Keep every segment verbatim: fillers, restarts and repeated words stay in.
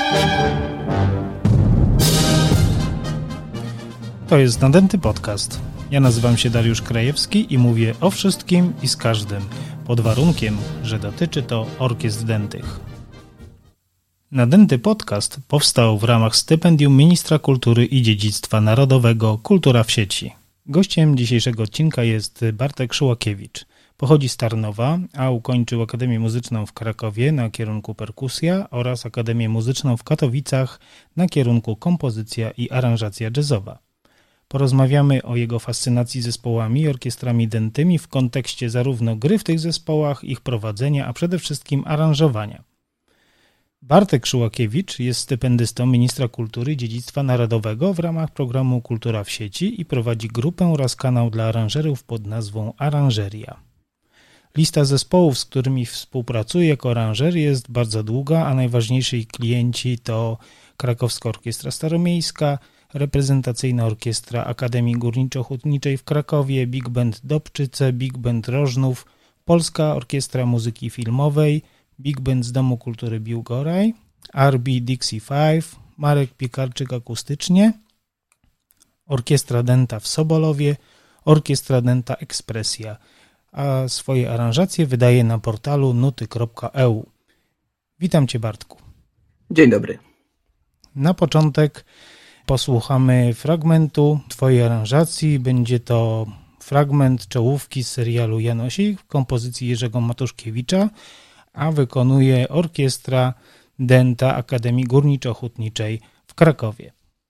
To jest Nadęty Podcast. Ja nazywam się Dariusz Krajewski i mówię o wszystkim i z każdym, pod warunkiem, że dotyczy to orkiestr dętych. Nadęty Podcast powstał w ramach stypendium Ministra Kultury i Dziedzictwa Narodowego Kultura w sieci. Gościem dzisiejszego odcinka jest Bartek Szyłakiewicz. Pochodzi z Tarnowa, a ukończył Akademię Muzyczną w Krakowie na kierunku perkusja oraz Akademię Muzyczną w Katowicach na kierunku kompozycja i aranżacja jazzowa. Porozmawiamy o jego fascynacji zespołami i orkiestrami dętymi w kontekście zarówno gry w tych zespołach, ich prowadzenia, a przede wszystkim aranżowania. Bartek Szyłakiewicz jest stypendystą Ministra Kultury i Dziedzictwa Narodowego w ramach programu Kultura w sieci i prowadzi grupę oraz kanał dla aranżerów pod nazwą Aranżeria. Lista zespołów, z którymi współpracuje jako aranżer, jest bardzo długa, a najważniejsi klienci to Krakowska Orkiestra Staromiejska, reprezentacyjna orkiestra Akademii Górniczo-Hutniczej w Krakowie, Big Band Dobczyce, Big Band Rożnów, Polska Orkiestra Muzyki Filmowej, Big Band z Domu Kultury Biłgoraj, R B Dixie Five, Marek Piekarczyk akustycznie, Orkiestra Dęta w Sobolowie, Orkiestra Dęta Ekspresja, a swoje aranżacje wydaje na portalu nuty kropka e u. Witam Cię, Bartku. Dzień dobry. Na początek posłuchamy fragmentu Twojej aranżacji. Będzie to fragment czołówki z serialu Janosik w kompozycji Jerzego Matuszkiewicza, a wykonuje Orkiestra Dęta Akademii Górniczo-Hutniczej w Krakowie.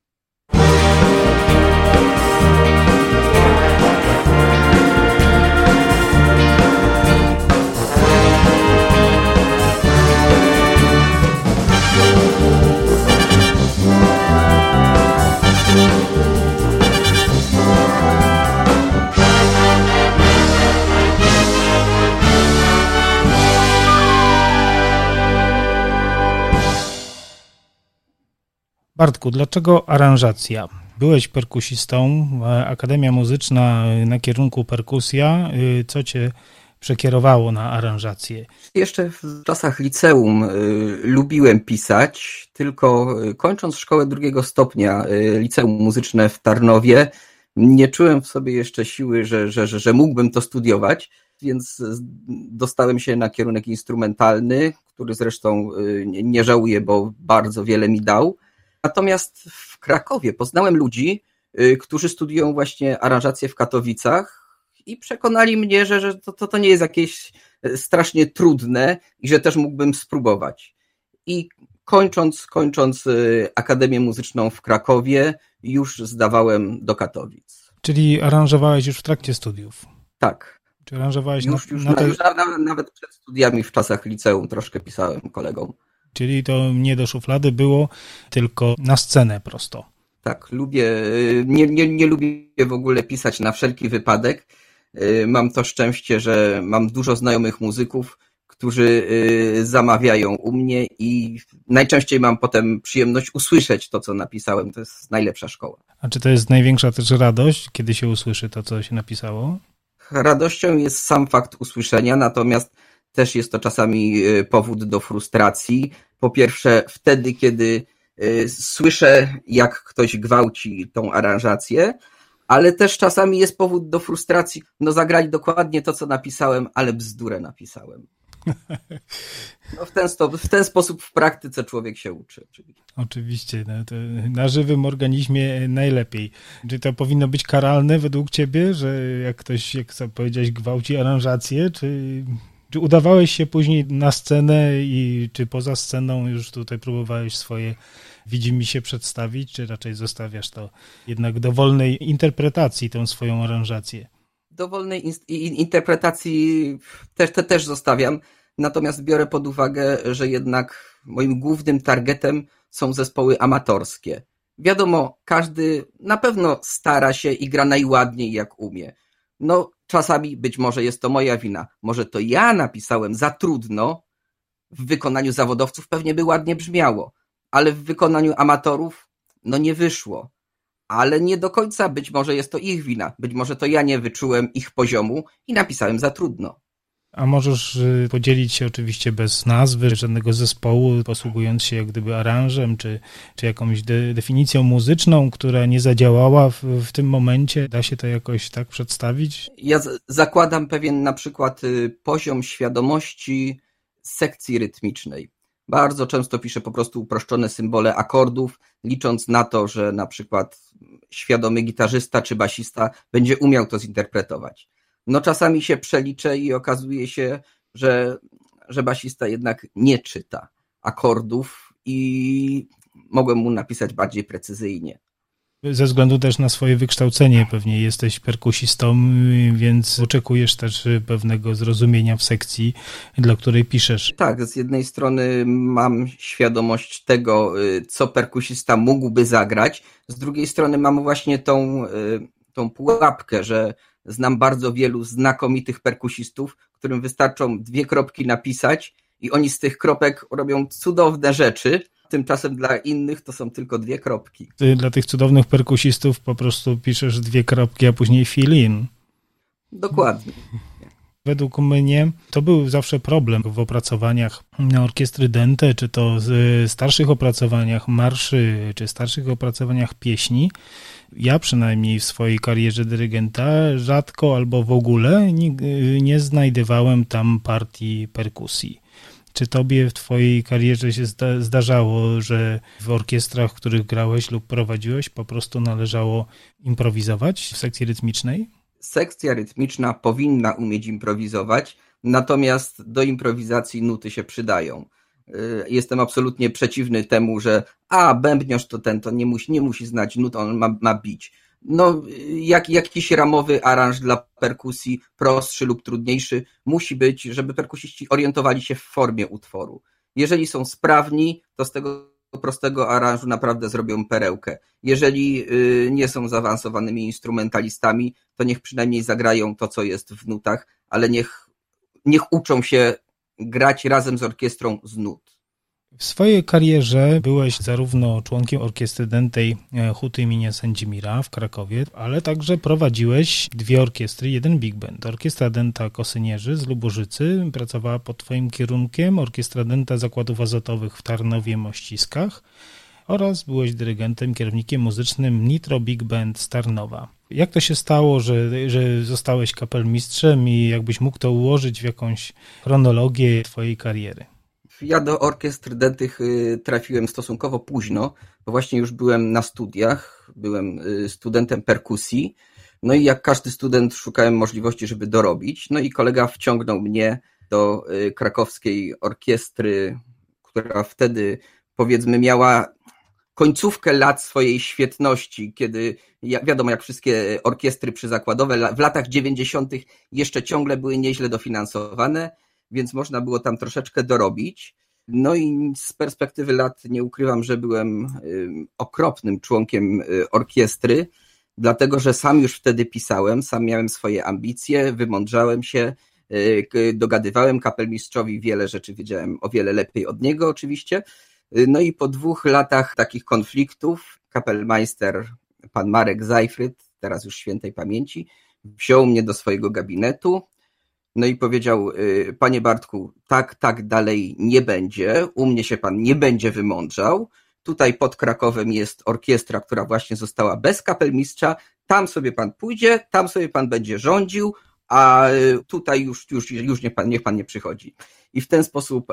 Bartku, dlaczego aranżacja? Byłeś perkusistą, Akademia Muzyczna na kierunku perkusja. Co Cię przekierowało na aranżację? Jeszcze w czasach liceum y, lubiłem pisać, tylko kończąc szkołę drugiego stopnia, y, liceum muzyczne w Tarnowie, nie czułem w sobie jeszcze siły, że, że, że, że mógłbym to studiować, więc dostałem się na kierunek instrumentalny, który zresztą y, nie żałuję, bo bardzo wiele mi dał. Natomiast w Krakowie poznałem ludzi, y, którzy studiują właśnie aranżację w Katowicach i przekonali mnie, że, że to, to, to nie jest jakieś strasznie trudne i że też mógłbym spróbować. I kończąc, kończąc y, Akademię Muzyczną w Krakowie, już zdawałem do Katowic. Czyli aranżowałeś już w trakcie studiów? Tak. Czy aranżowałeś już, na, już, na na, te... już nawet, nawet przed studiami w czasach liceum troszkę pisałem kolegom. Czyli to nie do szuflady było, tylko na scenę prosto. Tak, lubię, nie, nie, nie lubię w ogóle pisać na wszelki wypadek. Mam to szczęście, że mam dużo znajomych muzyków, którzy zamawiają u mnie i najczęściej mam potem przyjemność usłyszeć to, co napisałem. To jest najlepsza szkoła. A czy to jest największa też radość, kiedy się usłyszy to, co się napisało? Radością jest sam fakt usłyszenia, natomiast też jest to czasami powód do frustracji. Po pierwsze wtedy, kiedy słyszę, jak ktoś gwałci tą aranżację, ale też czasami jest powód do frustracji. No zagrali dokładnie to, co napisałem, ale bzdurę napisałem. No w ten, sto, w ten sposób w praktyce człowiek się uczy. Oczywiście, no to na żywym organizmie najlepiej. Czy to powinno być karalne według Ciebie, że jak ktoś, jak powiedziałeś, gwałci aranżację, czy... Czy udawałeś się później na scenę i czy poza sceną już tutaj próbowałeś swoje widzimisię przedstawić, czy raczej zostawiasz to jednak dowolnej interpretacji, tą swoją aranżację? Dowolnej in- interpretacji też, te, też zostawiam, natomiast biorę pod uwagę, że jednak moim głównym targetem są zespoły amatorskie. Wiadomo, każdy na pewno stara się i gra najładniej jak umie. No czasami być może jest to moja wina. Może to ja napisałem za trudno, w wykonaniu zawodowców pewnie by ładnie brzmiało, ale w wykonaniu amatorów no nie wyszło. Ale nie do końca być może jest to ich wina. Być może to ja nie wyczułem ich poziomu i napisałem za trudno. A możesz podzielić się oczywiście bez nazwy żadnego zespołu, posługując się jak gdyby aranżem, czy, czy jakąś de, definicją muzyczną, która nie zadziałała w, w tym momencie? Da się to jakoś tak przedstawić? Ja z- zakładam pewien na przykład y, poziom świadomości sekcji rytmicznej. Bardzo często piszę po prostu uproszczone symbole akordów, licząc na to, że na przykład świadomy gitarzysta czy basista będzie umiał to zinterpretować. No czasami się przeliczę i okazuje się, że, że basista jednak nie czyta akordów i mogłem mu napisać bardziej precyzyjnie. Ze względu też na swoje wykształcenie pewnie jesteś perkusistą, więc oczekujesz też pewnego zrozumienia w sekcji, dla której piszesz. Tak, z jednej strony mam świadomość tego, co perkusista mógłby zagrać, z drugiej strony mam właśnie tą, tą pułapkę, że znam bardzo wielu znakomitych perkusistów, którym wystarczą dwie kropki napisać i oni z tych kropek robią cudowne rzeczy. Tymczasem dla innych to są tylko dwie kropki. Ty dla tych cudownych perkusistów po prostu piszesz dwie kropki, a później fill in. Dokładnie. Według mnie to był zawsze problem w opracowaniach orkiestry Dente, czy to w starszych opracowaniach marszy, czy starszych opracowaniach pieśni. Ja przynajmniej w swojej karierze dyrygenta rzadko albo w ogóle nie, nie znajdowałem tam partii perkusji. Czy tobie w twojej karierze się zda- zdarzało, że w orkiestrach, w których grałeś lub prowadziłeś, po prostu należało improwizować w sekcji rytmicznej? Sekcja rytmiczna powinna umieć improwizować, natomiast do improwizacji nuty się przydają. Jestem absolutnie przeciwny temu, że a, bębniarz to ten, to nie musi, nie musi znać nut, on ma, ma bić. No, jak, jakiś ramowy aranż dla perkusji, prostszy lub trudniejszy, musi być, żeby perkusiści orientowali się w formie utworu. Jeżeli są sprawni, to z tego prostego aranżu naprawdę zrobią perełkę. Jeżeli nie są zaawansowanymi instrumentalistami, to niech przynajmniej zagrają to, co jest w nutach, ale niech, niech uczą się grać razem z orkiestrą z nut. W swojej karierze byłeś zarówno członkiem orkiestry dętej Huty imienia Sędzimira w Krakowie, ale także prowadziłeś dwie orkiestry, jeden big band. Orkiestra dęta Kosynierzy z Lubożycy pracowała pod twoim kierunkiem, orkiestra dęta Zakładów Azotowych w Tarnowie-Mościskach oraz byłeś dyrygentem, kierownikiem muzycznym Nitro Big Band z Tarnowa. Jak to się stało, że, że zostałeś kapelmistrzem i jakbyś mógł to ułożyć w jakąś chronologię twojej kariery? Ja do orkiestr dętych trafiłem stosunkowo późno, bo właśnie już byłem na studiach, byłem studentem perkusji, no i jak każdy student szukałem możliwości, żeby dorobić, no i kolega wciągnął mnie do krakowskiej orkiestry, która wtedy powiedzmy miała końcówkę lat swojej świetności, kiedy wiadomo jak wszystkie orkiestry przyzakładowe w latach dziewięćdziesiątych jeszcze ciągle były nieźle dofinansowane, więc można było tam troszeczkę dorobić. No i z perspektywy lat nie ukrywam, że byłem okropnym członkiem orkiestry, dlatego że sam już wtedy pisałem, sam miałem swoje ambicje, wymądrzałem się, dogadywałem kapelmistrzowi wiele rzeczy, wiedziałem o wiele lepiej od niego oczywiście. No i po dwóch latach takich konfliktów kapelmeister, pan Marek Zajfryd, teraz już świętej pamięci, wziął mnie do swojego gabinetu. No i powiedział, panie Bartku, tak, tak dalej nie będzie, u mnie się pan nie będzie wymądrzał, tutaj pod Krakowem jest orkiestra, która właśnie została bez kapelmistrza, tam sobie pan pójdzie, tam sobie pan będzie rządził, a tutaj już, już, już niech, pan, niech pan nie przychodzi. I w ten sposób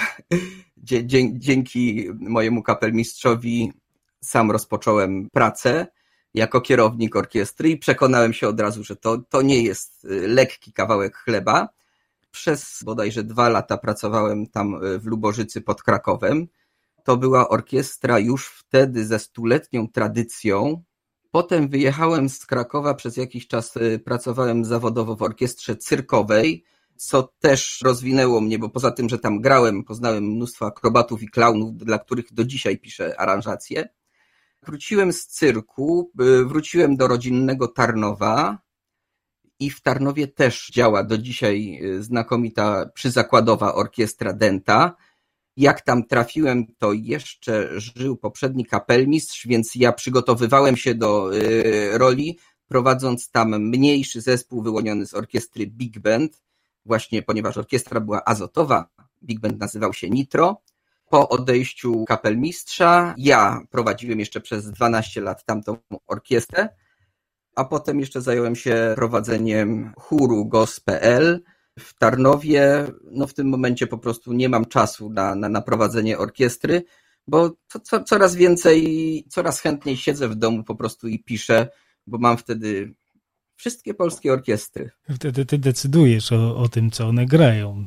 dzięki mojemu kapelmistrzowi sam rozpocząłem pracę jako kierownik orkiestry i przekonałem się od razu, że to, to nie jest lekki kawałek chleba. Przez bodajże dwa lata pracowałem tam w Lubożycy pod Krakowem. To była orkiestra już wtedy ze stuletnią tradycją. Potem wyjechałem z Krakowa, przez jakiś czas pracowałem zawodowo w orkiestrze cyrkowej, co też rozwinęło mnie, bo poza tym, że tam grałem, poznałem mnóstwo akrobatów i klaunów, dla których do dzisiaj piszę aranżacje. Wróciłem z cyrku, wróciłem do rodzinnego Tarnowa i w Tarnowie też działa do dzisiaj znakomita przyzakładowa orkiestra dęta. Jak tam trafiłem, to jeszcze żył poprzedni kapelmistrz, więc ja przygotowywałem się do roli, prowadząc tam mniejszy zespół wyłoniony z orkiestry big band. właśnie ponieważ orkiestra była azotowa, Big Band nazywał się Nitro. Po odejściu kapelmistrza ja prowadziłem jeszcze przez dwanaście lat tamtą orkiestrę, a potem jeszcze zająłem się prowadzeniem chóru G O S kropka pe el w Tarnowie. No w tym momencie po prostu nie mam czasu na, na, na prowadzenie orkiestry, bo co, co, coraz więcej, coraz chętniej siedzę w domu po prostu i piszę, bo mam wtedy wszystkie polskie orkiestry. Wtedy ty decydujesz o, o tym, co one grają.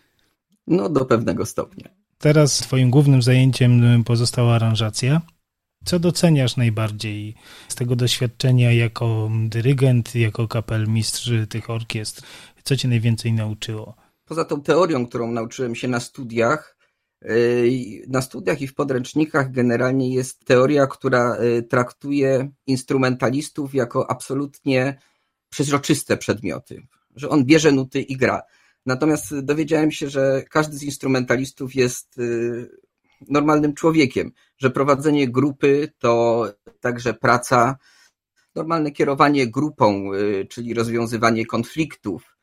No do pewnego stopnia. Teraz twoim głównym zajęciem pozostała aranżacja. Co doceniasz najbardziej z tego doświadczenia jako dyrygent, jako kapelmistrz tych orkiestr? Co cię najwięcej nauczyło? Poza tą teorią, którą nauczyłem się na studiach, na studiach i w podręcznikach generalnie jest teoria, która traktuje instrumentalistów jako absolutnie przezroczyste przedmioty, że on bierze nuty i gra. Natomiast dowiedziałem się, że każdy z instrumentalistów jest normalnym człowiekiem, że prowadzenie grupy to także praca, normalne kierowanie grupą, czyli rozwiązywanie konfliktów,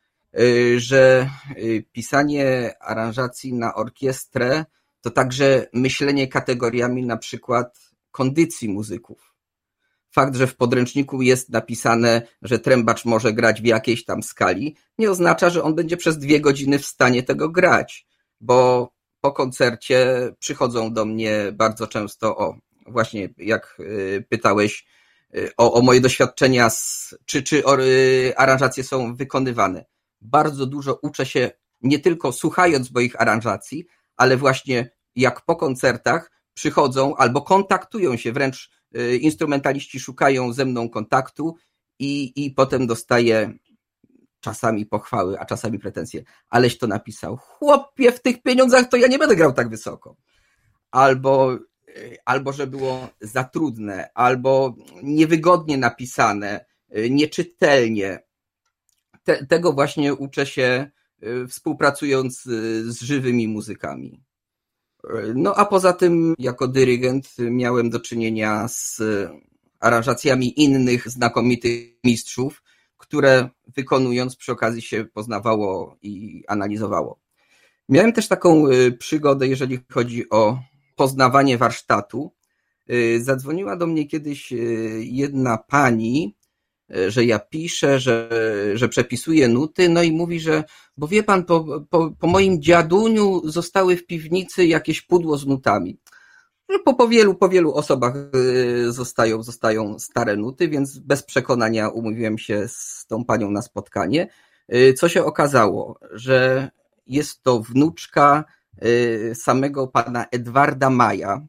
że pisanie aranżacji na orkiestrę to także myślenie kategoriami na przykład kondycji muzyków. Fakt, że w podręczniku jest napisane, że trębacz może grać w jakiejś tam skali, nie oznacza, że on będzie przez dwie godziny w stanie tego grać, bo po koncercie przychodzą do mnie bardzo często, o właśnie jak pytałeś o, o moje doświadczenia, z, czy, czy aranżacje są wykonywane. Bardzo dużo uczę się nie tylko słuchając moich aranżacji, ale właśnie jak po koncertach przychodzą albo kontaktują się, wręcz instrumentaliści szukają ze mną kontaktu i, i potem dostaję czasami pochwały, a czasami pretensje. Aleś to napisał. Chłopie, w tych pieniądzach to ja nie będę grał tak wysoko. Albo, albo że było za trudne, albo niewygodnie napisane, nieczytelnie. Te, tego właśnie uczę się współpracując z żywymi muzykami. No a poza tym jako dyrygent miałem do czynienia z aranżacjami innych znakomitych mistrzów, które wykonując przy okazji się poznawało i analizowało. Miałem też taką przygodę, jeżeli chodzi o poznawanie warsztatu. Zadzwoniła do mnie kiedyś jedna pani, że ja piszę, że, że przepisuję nuty, no i mówi, że bo wie pan, po, po, po moim dziaduniu zostały w piwnicy jakieś pudło z nutami. Po, po, wielu, po wielu osobach zostają, zostają stare nuty, więc bez przekonania umówiłem się z tą panią na spotkanie. Co się okazało, że jest to wnuczka samego pana Edwarda Maja,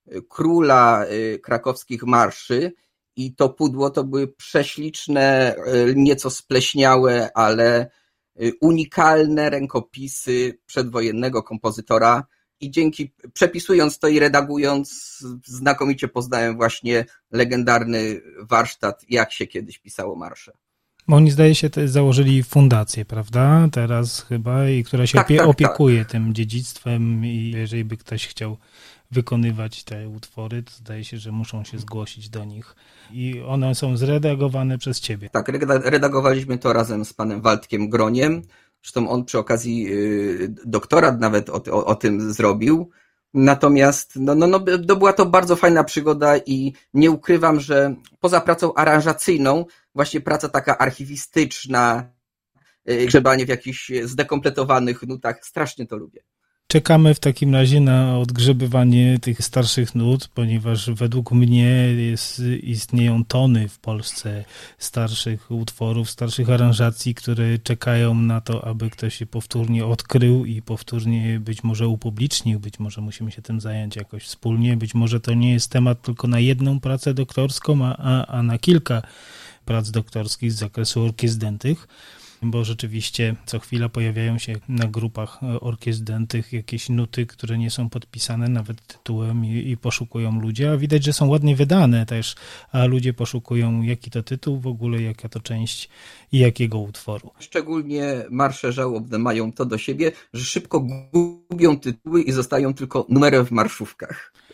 króla krakowskich marszy, i to pudło to były prześliczne, nieco spleśniałe, ale unikalne rękopisy przedwojennego kompozytora i dzięki przepisując to i redagując znakomicie poznałem właśnie legendarny warsztat, jak się kiedyś pisało marsze. Bo oni zdaje się też założyli fundację, prawda? Teraz chyba, i która się tak, opie- tak, opiekuje tak. tym dziedzictwem i jeżeli by ktoś chciał wykonywać te utwory, to zdaje się, że muszą się zgłosić do nich i one są zredagowane przez ciebie. Tak, redagowaliśmy to razem z panem Waldkiem Groniem, zresztą on przy okazji doktorat nawet o, o, o tym zrobił, natomiast no, no, no, to była to bardzo fajna przygoda i nie ukrywam, że poza pracą aranżacyjną, właśnie praca taka archiwistyczna, grzebanie w jakichś zdekompletowanych nutach, strasznie to lubię. Czekamy w takim razie na odgrzebywanie tych starszych nut, ponieważ według mnie jest, istnieją tony w Polsce starszych utworów, starszych aranżacji, które czekają na to, aby ktoś je powtórnie odkrył i powtórnie być może upublicznił, być może musimy się tym zająć jakoś wspólnie, być może to nie jest temat tylko na jedną pracę doktorską, a, a, a na kilka prac doktorskich z zakresu orkiestr dętych. Bo rzeczywiście co chwila pojawiają się na grupach orkiestr dętych jakieś nuty, które nie są podpisane nawet tytułem i, i poszukują ludzie, a widać, że są ładnie wydane też, a ludzie poszukują jaki to tytuł w ogóle, jaka to część i jakiego utworu. Szczególnie marsze żałobne mają to do siebie, że szybko gubią tytuły i zostają tylko numerem w marszówkach.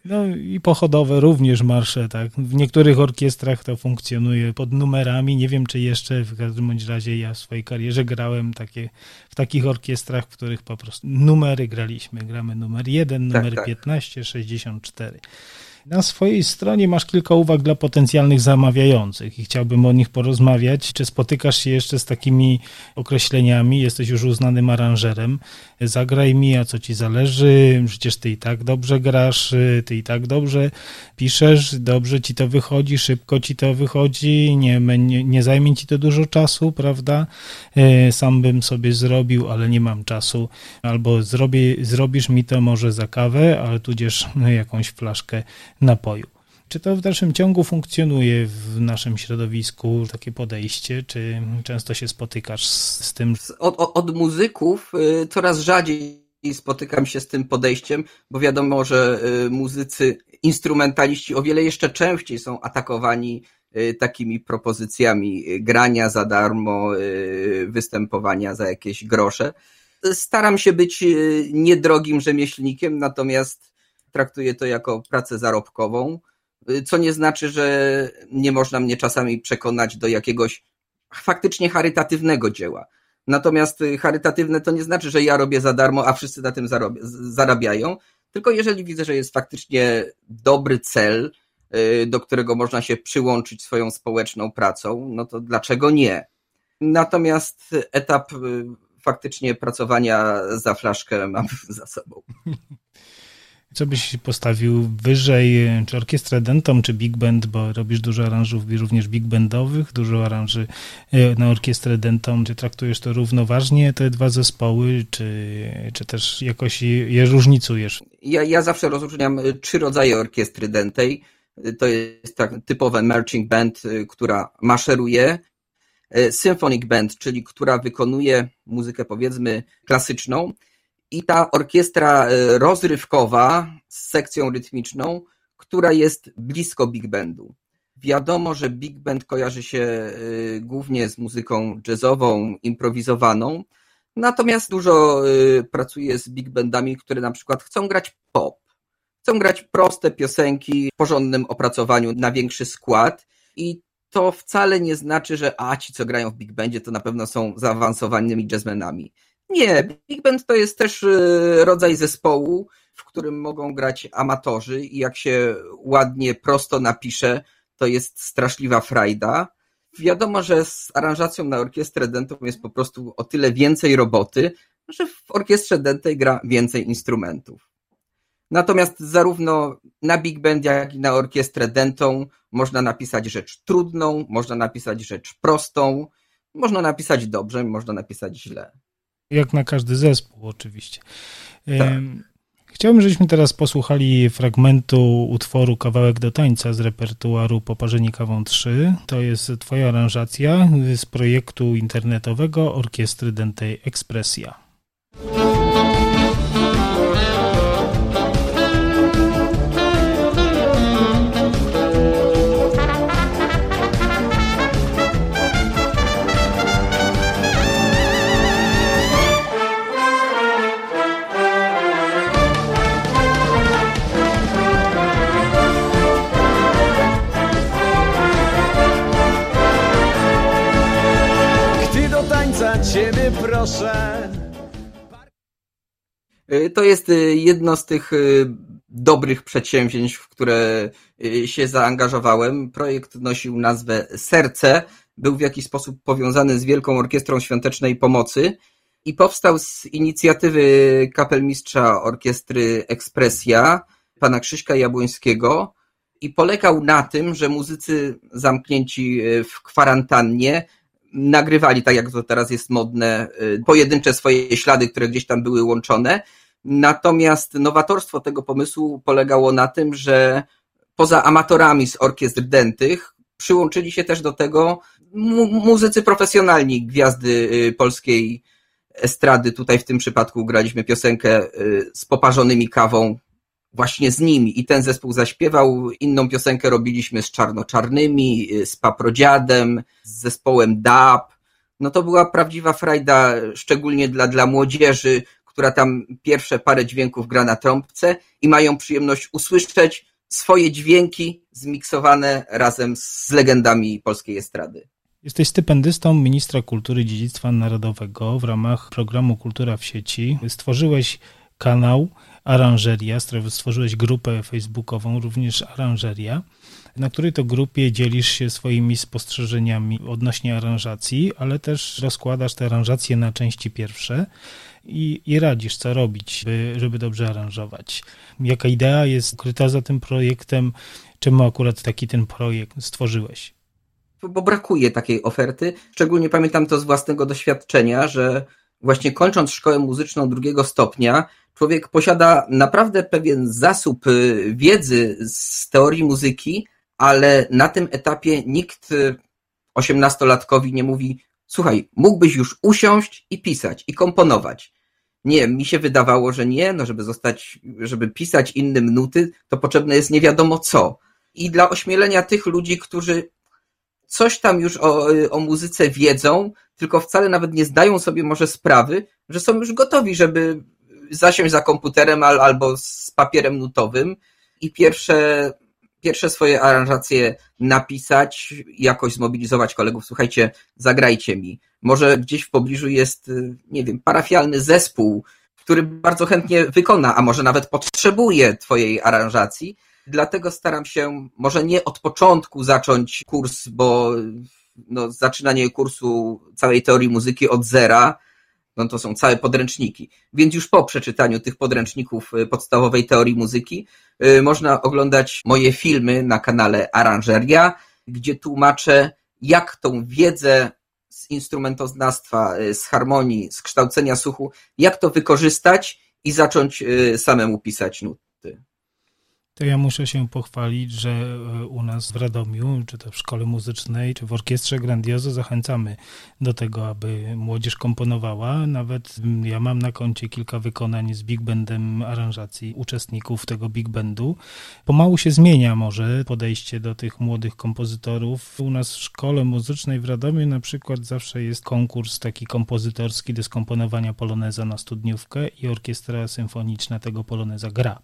No i pochodowe również marsze, tak. W niektórych orkiestrach to funkcjonuje pod numerami. Nie wiem, czy jeszcze, w każdym bądź razie ja w swojej karierze grałem takie, w takich orkiestrach, w których po prostu numery graliśmy. Gramy numer jeden, numer tak, tak. piętnaście, sześćdziesiąt cztery. Na swojej stronie masz kilka uwag dla potencjalnych zamawiających i chciałbym o nich porozmawiać. Czy spotykasz się jeszcze z takimi określeniami? Jesteś już uznanym aranżerem. Zagraj mi, a co ci zależy? Przecież ty i tak dobrze grasz, ty i tak dobrze piszesz, dobrze ci to wychodzi, szybko ci to wychodzi, nie, nie, nie zajmie ci to dużo czasu, prawda? Sam bym sobie zrobił, ale nie mam czasu. Albo zrobię, zrobisz mi to może za kawę, ale tudzież jakąś flaszkę napoju. Czy to w dalszym ciągu funkcjonuje w naszym środowisku, takie podejście, czy często się spotykasz z, z tym? Od, od muzyków coraz rzadziej spotykam się z tym podejściem, bo wiadomo, że muzycy, instrumentaliści o wiele jeszcze częściej są atakowani takimi propozycjami grania za darmo, występowania za jakieś grosze. Staram się być niedrogim rzemieślnikiem, natomiast traktuję to jako pracę zarobkową, co nie znaczy, że nie można mnie czasami przekonać do jakiegoś faktycznie charytatywnego dzieła. Natomiast charytatywne to nie znaczy, że ja robię za darmo, a wszyscy na tym zarob- zarabiają, tylko jeżeli widzę, że jest faktycznie dobry cel, do którego można się przyłączyć swoją społeczną pracą, no to dlaczego nie? Natomiast etap faktycznie pracowania za flaszkę mam za sobą. Co byś postawił wyżej, czy orkiestrę dentą, czy big band, bo robisz dużo aranżów również big bandowych, dużo aranży na orkiestrę dentą. Czy traktujesz to równoważnie, te dwa zespoły, czy, czy też jakoś je różnicujesz? Ja, ja zawsze rozróżniam trzy rodzaje orkiestry dentej. To jest tak typowe marching band, która maszeruje, symphonic band, czyli która wykonuje muzykę powiedzmy klasyczną, i ta orkiestra rozrywkowa z sekcją rytmiczną, która jest blisko big bandu. Wiadomo, że big band kojarzy się głównie z muzyką jazzową, improwizowaną, natomiast dużo pracuję z big bandami, które na przykład chcą grać pop, chcą grać proste piosenki w porządnym opracowaniu na większy skład i to wcale nie znaczy, że a ci, co grają w big bandzie, to na pewno są zaawansowanymi jazzmenami. Nie, big band to jest też rodzaj zespołu, w którym mogą grać amatorzy i jak się ładnie, prosto napisze, to jest straszliwa frajda. Wiadomo, że z aranżacją na orkiestrę dentą jest po prostu o tyle więcej roboty, że w orkiestrze dentej gra więcej instrumentów. Natomiast zarówno na big band, jak i na orkiestrę dentą można napisać rzecz trudną, można napisać rzecz prostą, można napisać dobrze, można napisać źle. Jak na każdy zespół oczywiście. Tak. Chciałbym, żebyśmy teraz posłuchali fragmentu utworu Kawałek do tańca z repertuaru Poparzeni kawą trzy. To jest twoja aranżacja z projektu internetowego Orkiestry Dentej Ekspresja. Ciebie proszę. To jest jedno z tych dobrych przedsięwzięć, w które się zaangażowałem. Projekt nosił nazwę Serce, był w jakiś sposób powiązany z Wielką Orkiestrą Świątecznej Pomocy i powstał z inicjatywy kapelmistrza orkiestry Ekspresja, pana Krzyśka Jabłońskiego i polegał na tym, że muzycy zamknięci w kwarantannie nagrywali, tak jak to teraz jest modne, pojedyncze swoje ślady, które gdzieś tam były łączone. Natomiast nowatorstwo tego pomysłu polegało na tym, że poza amatorami z orkiestr dentych przyłączyli się też do tego mu- muzycy profesjonalni, gwiazdy polskiej estrady. Tutaj w tym przypadku graliśmy piosenkę z poparzonymi kawą właśnie z nimi i ten zespół zaśpiewał. Inną piosenkę robiliśmy z Czarnoczarnymi, z Paprodziadem, z zespołem D A B. No to była prawdziwa frajda, szczególnie dla, dla młodzieży, która tam pierwsze parę dźwięków gra na trąbce i mają przyjemność usłyszeć swoje dźwięki zmiksowane razem z legendami polskiej estrady. Jesteś stypendystą Ministra Kultury i Dziedzictwa Narodowego w ramach programu Kultura w sieci. Stworzyłeś kanał Aranżeria, stworzyłeś grupę facebookową, również Aranżeria, na której to grupie dzielisz się swoimi spostrzeżeniami odnośnie aranżacji, ale też rozkładasz te aranżacje na części pierwsze i, i radzisz, co robić, by, żeby dobrze aranżować. Jaka idea jest ukryta za tym projektem? Czemu akurat taki ten projekt stworzyłeś? Bo brakuje takiej oferty. Szczególnie pamiętam to z własnego doświadczenia, że właśnie kończąc szkołę muzyczną drugiego stopnia, człowiek posiada naprawdę pewien zasób wiedzy z teorii muzyki, ale na tym etapie nikt osiemnastolatkowi nie mówi: słuchaj, mógłbyś już usiąść i pisać, i komponować. Nie, mi się wydawało, że nie, no żeby zostać, żeby pisać innym nuty, to potrzebne jest nie wiadomo co. I dla ośmielenia tych ludzi, którzy coś tam już o, o muzyce wiedzą, tylko wcale nawet nie zdają sobie może sprawy, że są już gotowi, żeby zasiąść za komputerem al, albo z papierem nutowym i pierwsze, pierwsze swoje aranżacje napisać, jakoś zmobilizować kolegów. Słuchajcie, zagrajcie mi. Może gdzieś w pobliżu jest, nie wiem, parafialny zespół, który bardzo chętnie wykona, a może nawet potrzebuje twojej aranżacji. Dlatego staram się może nie od początku zacząć kurs, bo no, zaczynanie kursu całej teorii muzyki od zera, no to są całe podręczniki. Więc już po przeczytaniu tych podręczników podstawowej teorii muzyki yy, można oglądać moje filmy na kanale Aranżeria, gdzie tłumaczę, jak tą wiedzę z instrumentoznawstwa, z harmonii, z kształcenia słuchu, jak to wykorzystać i zacząć yy, samemu pisać nuty. To ja muszę się pochwalić, że u nas w Radomiu, czy to w szkole muzycznej, czy w orkiestrze Grandioso zachęcamy do tego, aby młodzież komponowała. Nawet ja mam na koncie kilka wykonań z big bandem aranżacji uczestników tego big bandu. Pomału się zmienia może podejście do tych młodych kompozytorów. U nas w szkole muzycznej w Radomiu na przykład zawsze jest konkurs taki kompozytorski do skomponowania poloneza na studniówkę i orkiestra symfoniczna tego poloneza gra.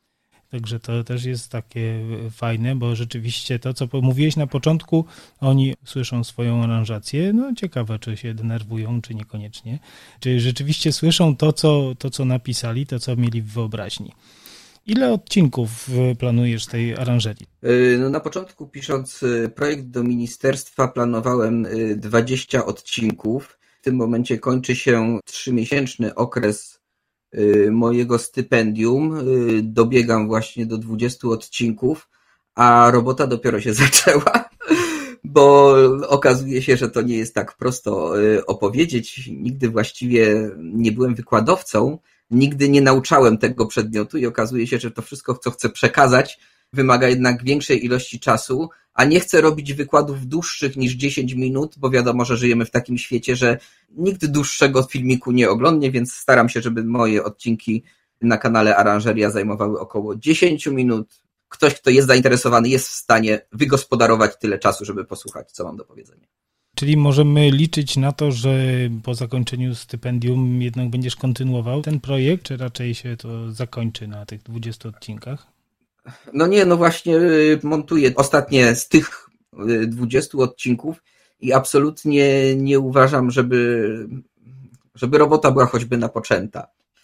Także to też jest takie fajne, bo rzeczywiście to, co mówiłeś na początku, oni słyszą swoją aranżację, no ciekawe, czy się denerwują, czy niekoniecznie. Czy rzeczywiście słyszą to, co, to, co napisali, to, co mieli w wyobraźni. Ile odcinków planujesz tej aranżerii? No na początku, pisząc projekt do ministerstwa, planowałem dwadzieścia odcinków. W tym momencie kończy się trzymiesięczny okres mojego stypendium, dobiegam właśnie do dwudziestu odcinków, a robota dopiero się zaczęła, bo okazuje się, że to nie jest tak prosto opowiedzieć. Nigdy właściwie nie byłem wykładowcą, nigdy nie nauczałem tego przedmiotu i okazuje się, że to wszystko, co chcę przekazać, wymaga jednak większej ilości czasu, a nie chcę robić wykładów dłuższych niż dziesięć minut, bo wiadomo, że żyjemy w takim świecie, że nikt dłuższego filmiku nie oglądnie, więc staram się, żeby moje odcinki na kanale Aranżeria zajmowały około dziesięć minut. Ktoś, kto jest zainteresowany, jest w stanie wygospodarować tyle czasu, żeby posłuchać, co mam do powiedzenia. Czyli możemy liczyć na to, że po zakończeniu stypendium jednak będziesz kontynuował ten projekt, czy raczej się to zakończy na tych dwudziestu odcinkach? No nie, no właśnie montuję ostatnie z tych dwudziestu odcinków i absolutnie nie uważam, żeby, żeby robota była choćby napoczęta.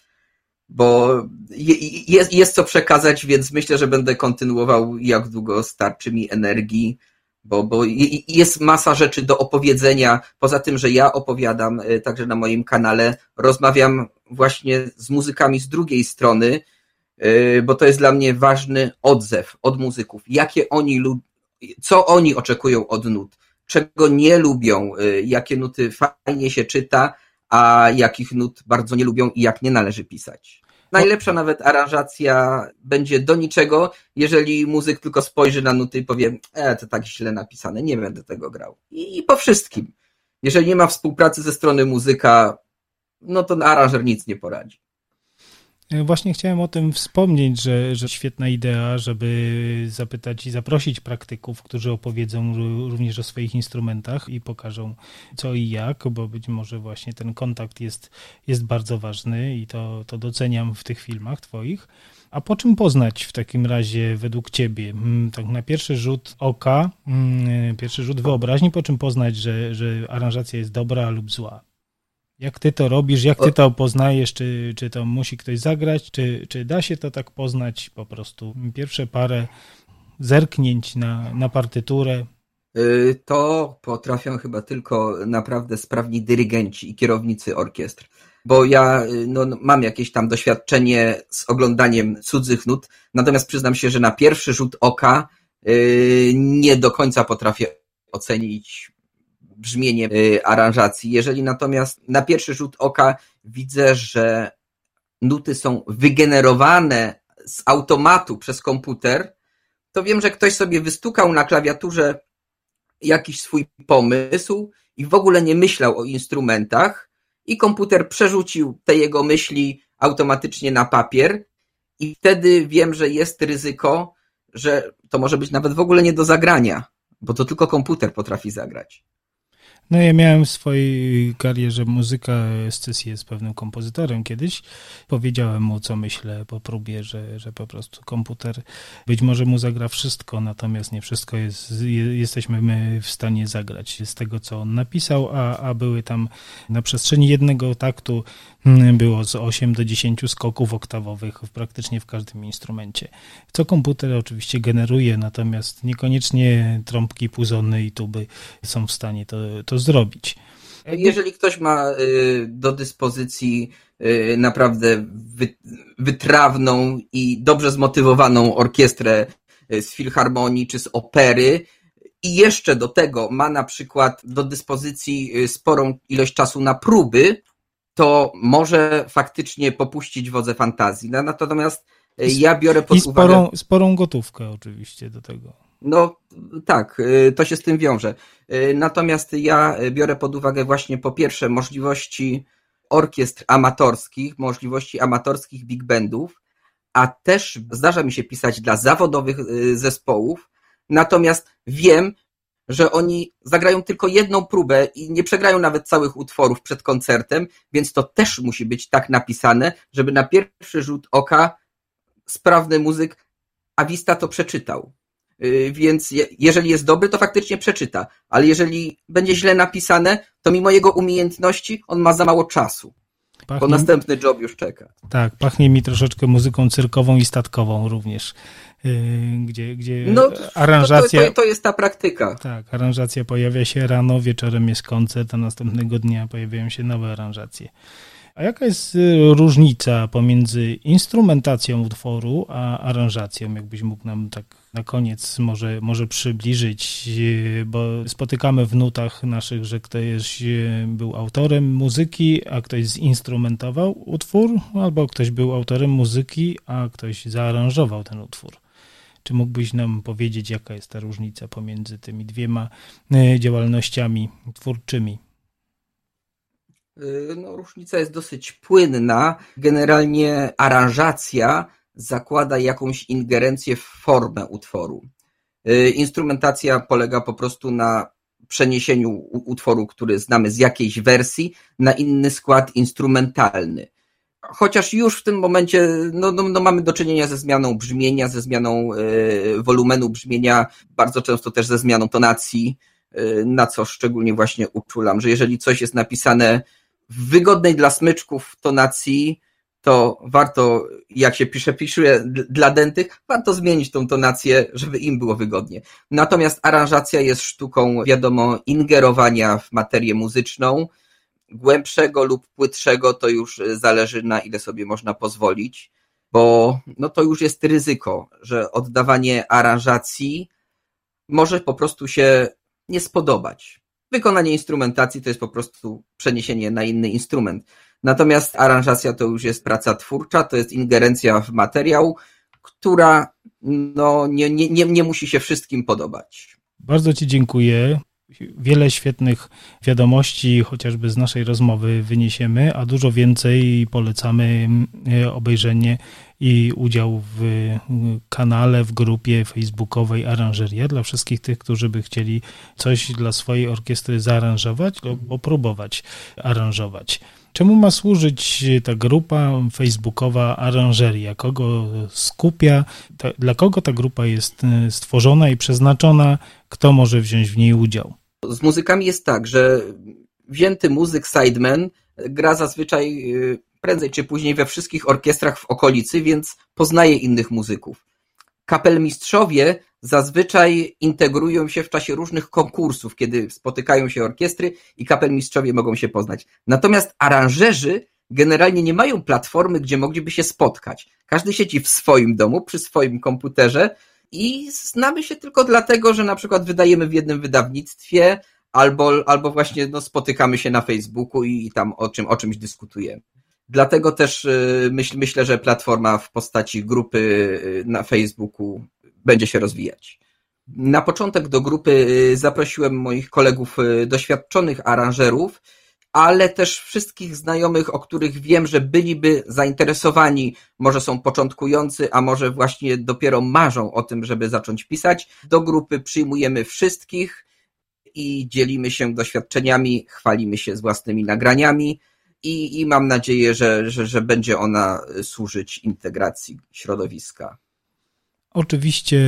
Bo jest, jest co przekazać, więc myślę, że będę kontynuował, jak długo starczy mi energii, bo, bo jest masa rzeczy do opowiedzenia. Poza tym, że ja opowiadam także na moim kanale, rozmawiam właśnie z muzykami z drugiej strony, bo to jest dla mnie ważny odzew od muzyków. Jakie oni, co oni oczekują od nut, czego nie lubią, jakie nuty fajnie się czyta, a jakich nut bardzo nie lubią i jak nie należy pisać. Najlepsza nawet aranżacja będzie do niczego, jeżeli muzyk tylko spojrzy na nuty i powie, e, to tak źle napisane, nie będę tego grał. I, i po wszystkim. Jeżeli nie ma współpracy ze strony muzyka, no to aranżer nic nie poradzi. Właśnie chciałem o tym wspomnieć, że, że świetna idea, żeby zapytać i zaprosić praktyków, którzy opowiedzą również o swoich instrumentach i pokażą co i jak, bo być może właśnie ten kontakt jest, jest bardzo ważny i to, to doceniam w tych filmach twoich. A po czym poznać w takim razie według ciebie? Tak na pierwszy rzut oka, pierwszy rzut wyobraźni, po czym poznać, że, że aranżacja jest dobra lub zła? Jak ty to robisz, jak ty to poznajesz, czy, czy to musi ktoś zagrać, czy, czy da się to tak poznać po prostu? Pierwsze parę zerknięć na, na partyturę. To potrafią chyba tylko naprawdę sprawni dyrygenci i kierownicy orkiestr. Bo ja no, mam jakieś tam doświadczenie z oglądaniem cudzych nut, natomiast przyznam się, że na pierwszy rzut oka yy, nie do końca potrafię ocenić brzmienie yy, aranżacji. Jeżeli natomiast na pierwszy rzut oka widzę, że nuty są wygenerowane z automatu przez komputer, to wiem, że ktoś sobie wystukał na klawiaturze jakiś swój pomysł i w ogóle nie myślał o instrumentach, i komputer przerzucił te jego myśli automatycznie na papier i wtedy wiem, że jest ryzyko, że to może być nawet w ogóle nie do zagrania, bo to tylko komputer potrafi zagrać. No ja miałem w swojej karierze muzyka z sesji z pewnym kompozytorem kiedyś. Powiedziałem mu, co myślę po próbie, że, że po prostu komputer być może mu zagra wszystko, natomiast nie wszystko jest, jesteśmy my w stanie zagrać z tego, co on napisał, a, a były tam na przestrzeni jednego taktu było z osiem do dziesięciu skoków oktawowych praktycznie w każdym instrumencie. Co komputer oczywiście generuje, natomiast niekoniecznie trąbki, puzony i tuby są w stanie to, to zrobić. Jeżeli ktoś ma do dyspozycji naprawdę wytrawną i dobrze zmotywowaną orkiestrę z filharmonii czy z opery i jeszcze do tego ma na przykład do dyspozycji sporą ilość czasu na próby, to może faktycznie popuścić wodze fantazji. Natomiast ja biorę pod I sporą, uwagę... sporą gotówkę oczywiście do tego. No tak, to się z tym wiąże. Natomiast ja biorę pod uwagę właśnie po pierwsze możliwości orkiestr amatorskich, możliwości amatorskich big bandów, a też zdarza mi się pisać dla zawodowych zespołów, natomiast wiem, że oni zagrają tylko jedną próbę i nie przegrają nawet całych utworów przed koncertem, więc to też musi być tak napisane, żeby na pierwszy rzut oka sprawny muzyk awista to przeczytał. Więc jeżeli jest dobry, to faktycznie przeczyta, ale jeżeli będzie źle napisane, to mimo jego umiejętności on ma za mało czasu, pachnie, bo następny job już czeka. Tak, pachnie mi troszeczkę muzyką cyrkową i statkową również, gdzie, gdzie no, aranżacja... To, to, to jest ta praktyka. Tak, aranżacja pojawia się rano, wieczorem jest koncert, a następnego dnia pojawiają się nowe aranżacje. A jaka jest różnica pomiędzy instrumentacją utworu a aranżacją? Jakbyś mógł nam tak na koniec może, może przybliżyć, bo spotykamy w nutach naszych, że ktoś był autorem muzyki, a ktoś zinstrumentował utwór, albo ktoś był autorem muzyki, a ktoś zaaranżował ten utwór. Czy mógłbyś nam powiedzieć, jaka jest ta różnica pomiędzy tymi dwiema działalnościami twórczymi? No, różnica jest dosyć płynna. Generalnie aranżacja zakłada jakąś ingerencję w formę utworu. Instrumentacja polega po prostu na przeniesieniu utworu, który znamy z jakiejś wersji, na inny skład instrumentalny. Chociaż już w tym momencie no, no, no mamy do czynienia ze zmianą brzmienia, ze zmianą y, wolumenu brzmienia, bardzo często też ze zmianą tonacji, y, na co szczególnie właśnie uczulam, że jeżeli coś jest napisane w wygodnej dla smyczków tonacji, to warto, jak się pisze, pisze dla dętych, warto zmienić tą tonację, żeby im było wygodnie. Natomiast aranżacja jest sztuką, wiadomo, ingerowania w materię muzyczną, głębszego lub płytszego, to już zależy, na ile sobie można pozwolić, bo no to już jest ryzyko, że oddawanie aranżacji może po prostu się nie spodobać. Wykonanie instrumentacji to jest po prostu przeniesienie na inny instrument. Natomiast aranżacja to już jest praca twórcza, to jest ingerencja w materiał, która no, nie, nie, nie, nie musi się wszystkim podobać. Bardzo Ci dziękuję. Wiele świetnych wiadomości, chociażby z naszej rozmowy, wyniesiemy, a dużo więcej polecamy obejrzenie i udział w kanale, w grupie facebookowej Aranżeria dla wszystkich tych, którzy by chcieli coś dla swojej orkiestry zaaranżować lub próbować aranżować. Czemu ma służyć ta grupa facebookowa Aranżeria? Kogo skupia? Ta, dla kogo ta grupa jest stworzona i przeznaczona? Kto może wziąć w niej udział? Z muzykami jest tak, że wzięty muzyk sideman gra zazwyczaj prędzej czy później we wszystkich orkiestrach w okolicy, więc poznaje innych muzyków. Kapelmistrzowie zazwyczaj integrują się w czasie różnych konkursów, kiedy spotykają się orkiestry i kapelmistrzowie mogą się poznać. Natomiast aranżerzy generalnie nie mają platformy, gdzie mogliby się spotkać. Każdy siedzi w swoim domu, przy swoim komputerze i znamy się tylko dlatego, że na przykład wydajemy w jednym wydawnictwie albo, albo właśnie no, spotykamy się na Facebooku i, i tam o, czym, o czymś dyskutujemy. Dlatego też myśl, myślę, że platforma w postaci grupy na Facebooku będzie się rozwijać. Na początek do grupy zaprosiłem moich kolegów doświadczonych aranżerów, ale też wszystkich znajomych, o których wiem, że byliby zainteresowani, może są początkujący, a może właśnie dopiero marzą o tym, żeby zacząć pisać. Do grupy przyjmujemy wszystkich i dzielimy się doświadczeniami, chwalimy się z własnymi nagraniami i, i mam nadzieję, że, że, że będzie ona służyć integracji środowiska. Oczywiście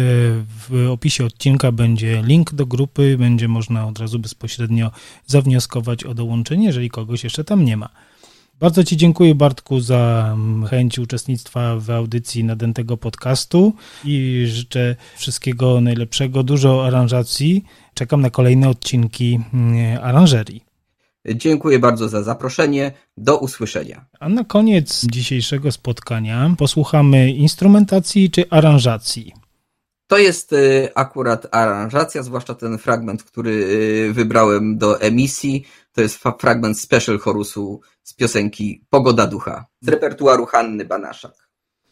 w opisie odcinka będzie link do grupy, będzie można od razu bezpośrednio zawnioskować o dołączenie, jeżeli kogoś jeszcze tam nie ma. Bardzo Ci dziękuję, Bartku, za chęć uczestnictwa w audycji Nadętego Podcastu i życzę wszystkiego najlepszego, dużo aranżacji. Czekam na kolejne odcinki Aranżerii. Dziękuję bardzo za zaproszenie. Do usłyszenia. A na koniec dzisiejszego spotkania posłuchamy instrumentacji czy aranżacji? To jest akurat aranżacja, zwłaszcza ten fragment, który wybrałem do emisji. To jest fragment special chorusu z piosenki Pogoda Ducha z repertuaru Hanny Banaszak.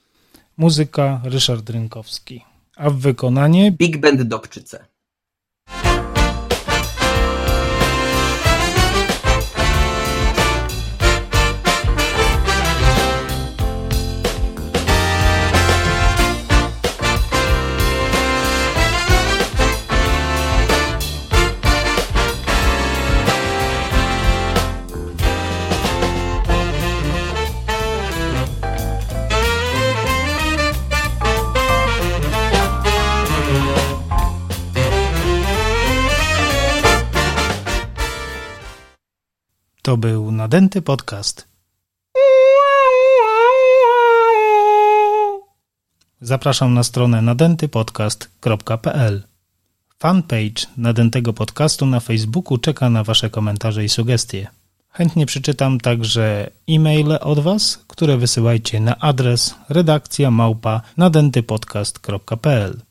Muzyka Ryszard Rynkowski, a w wykonanie Big Band Dobczyce. To był Nadęty Podcast. Zapraszam na stronę nadęty podcast kropka p l. Fanpage Nadętego Podcastu na Facebooku czeka na Wasze komentarze i sugestie. Chętnie przeczytam także e-maile od Was, które wysyłajcie na adres redakcja małpa nadęty podcast kropka p l.